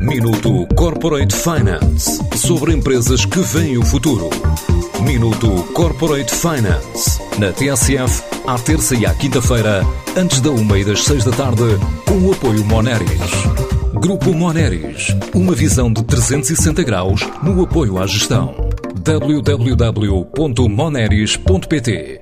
Minuto Corporate Finance, sobre empresas que veem o futuro. Minuto Corporate Finance, na TSF, à terça e à quinta-feira, antes da 1h e das 6 da tarde, com o apoio Moneris. Grupo Moneris, uma visão de 360 graus no apoio à gestão. www.moneris.pt.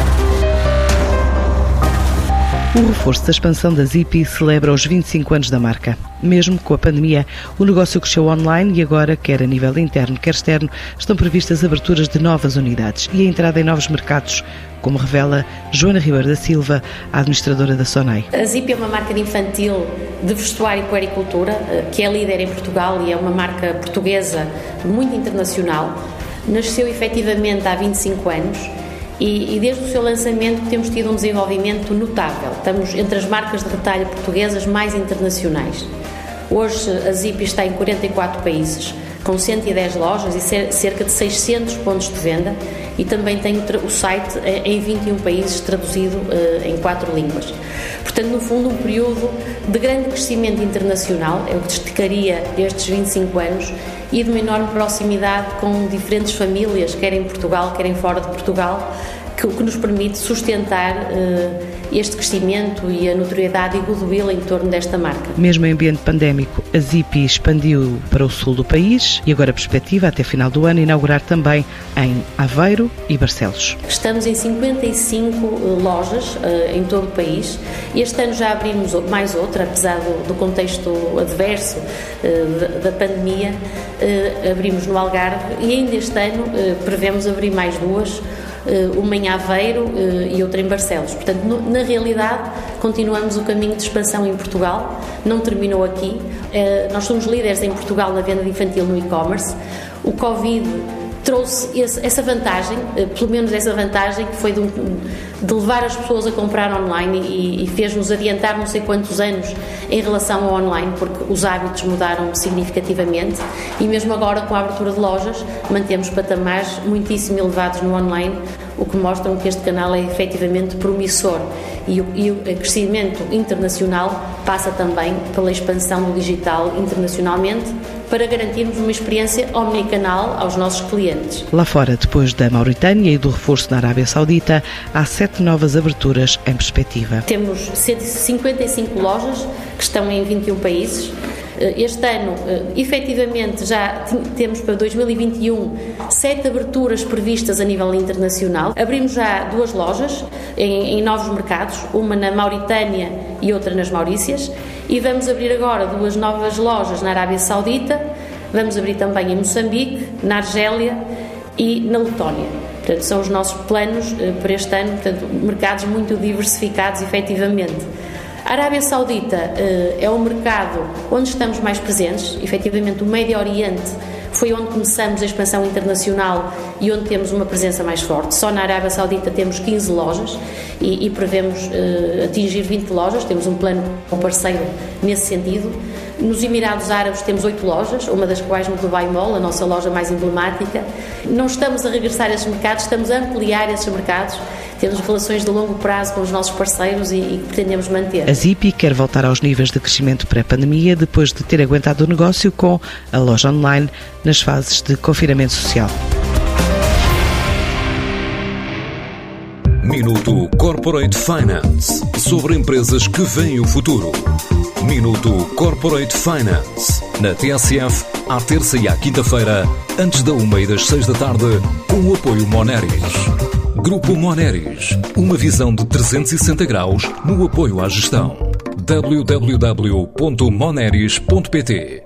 O reforço da expansão da Zipi celebra os 25 anos da marca. Mesmo com a pandemia, o negócio cresceu online e agora, quer a nível interno, quer externo, estão previstas aberturas de novas unidades e a entrada em novos mercados, como revela Joana Ribeiro da Silva, a administradora da Sonai. A Zipi é uma marca de infantil de vestuário e puericultura, que é líder em Portugal e é uma marca portuguesa muito internacional. Nasceu efetivamente há 25 anos. E desde o seu lançamento temos tido um desenvolvimento notável. Estamos entre as marcas de retalho portuguesas mais internacionais. Hoje a Zipi está em 44 países, com 110 lojas e cerca de 600 pontos de venda, e também tem o site em 21 países, traduzido em 4 línguas. Portanto, no fundo, um período de grande crescimento internacional, é o que destacaria estes 25 anos, e de uma enorme proximidade com diferentes famílias, quer em Portugal, quer fora de Portugal, que nos permite sustentar este crescimento e a notoriedade e goodwill em torno desta marca. Mesmo em ambiente pandémico, a Zipi expandiu para o sul do país e agora a perspectiva, até final do ano, inaugurar também em Aveiro e Barcelos. Estamos em 55 lojas em todo o país. Este ano já abrimos mais outra, apesar do contexto adverso da pandemia, abrimos no Algarve e ainda este ano prevemos abrir mais duas, uma em Aveiro e outra em Barcelos. Portanto, na realidade, continuamos o caminho de expansão em Portugal, não terminou aqui. Nós somos líderes em Portugal na venda de infantil no e-commerce. O Covid trouxe essa vantagem, pelo menos essa vantagem que foi de levar as pessoas a comprar online e fez-nos adiantar não sei quantos anos em relação ao online, porque os hábitos mudaram significativamente, e mesmo agora com a abertura de lojas mantemos patamares muitíssimo elevados no online, o que mostra que este canal é efetivamente promissor, e o crescimento internacional passa também pela expansão do digital internacionalmente, para garantirmos uma experiência omnicanal aos nossos clientes. Lá fora, depois da Mauritânia e do reforço na Arábia Saudita, há 7 novas aberturas em perspectiva. Temos 155 lojas que estão em 21 países. Este ano, efetivamente, já temos para 2021 7 aberturas previstas a nível internacional. Abrimos já 2 lojas em novos mercados, uma na Mauritânia e outra nas Maurícias, e vamos abrir agora 2 novas lojas na Arábia Saudita, vamos abrir também em Moçambique, na Argélia e na Letónia. Portanto, são os nossos planos para este ano, portanto, mercados muito diversificados, efetivamente. A Arábia Saudita é um mercado onde estamos mais presentes, efetivamente o Médio Oriente foi onde começamos a expansão internacional e onde temos uma presença mais forte. Só na Arábia Saudita temos 15 lojas e prevemos atingir 20 lojas, temos um plano com parceiro nesse sentido. Nos Emirados Árabes temos 8 lojas, uma das quais no Dubai Mall, a nossa loja mais emblemática. Não estamos a regressar a esses mercados, estamos a ampliar esses mercados. Temos relações de longo prazo com os nossos parceiros e pretendemos manter. A Zipi quer voltar aos níveis de crescimento pré-pandemia depois de ter aguentado o negócio com a loja online nas fases de confinamento social. Minuto Corporate Finance, sobre empresas que veem o futuro. Minuto Corporate Finance, na TSF, à terça e à quinta-feira, antes da 1h e das 6 da tarde, com o apoio Moneris. Grupo Moneris, uma visão de 360 graus no apoio à gestão. www.moneris.pt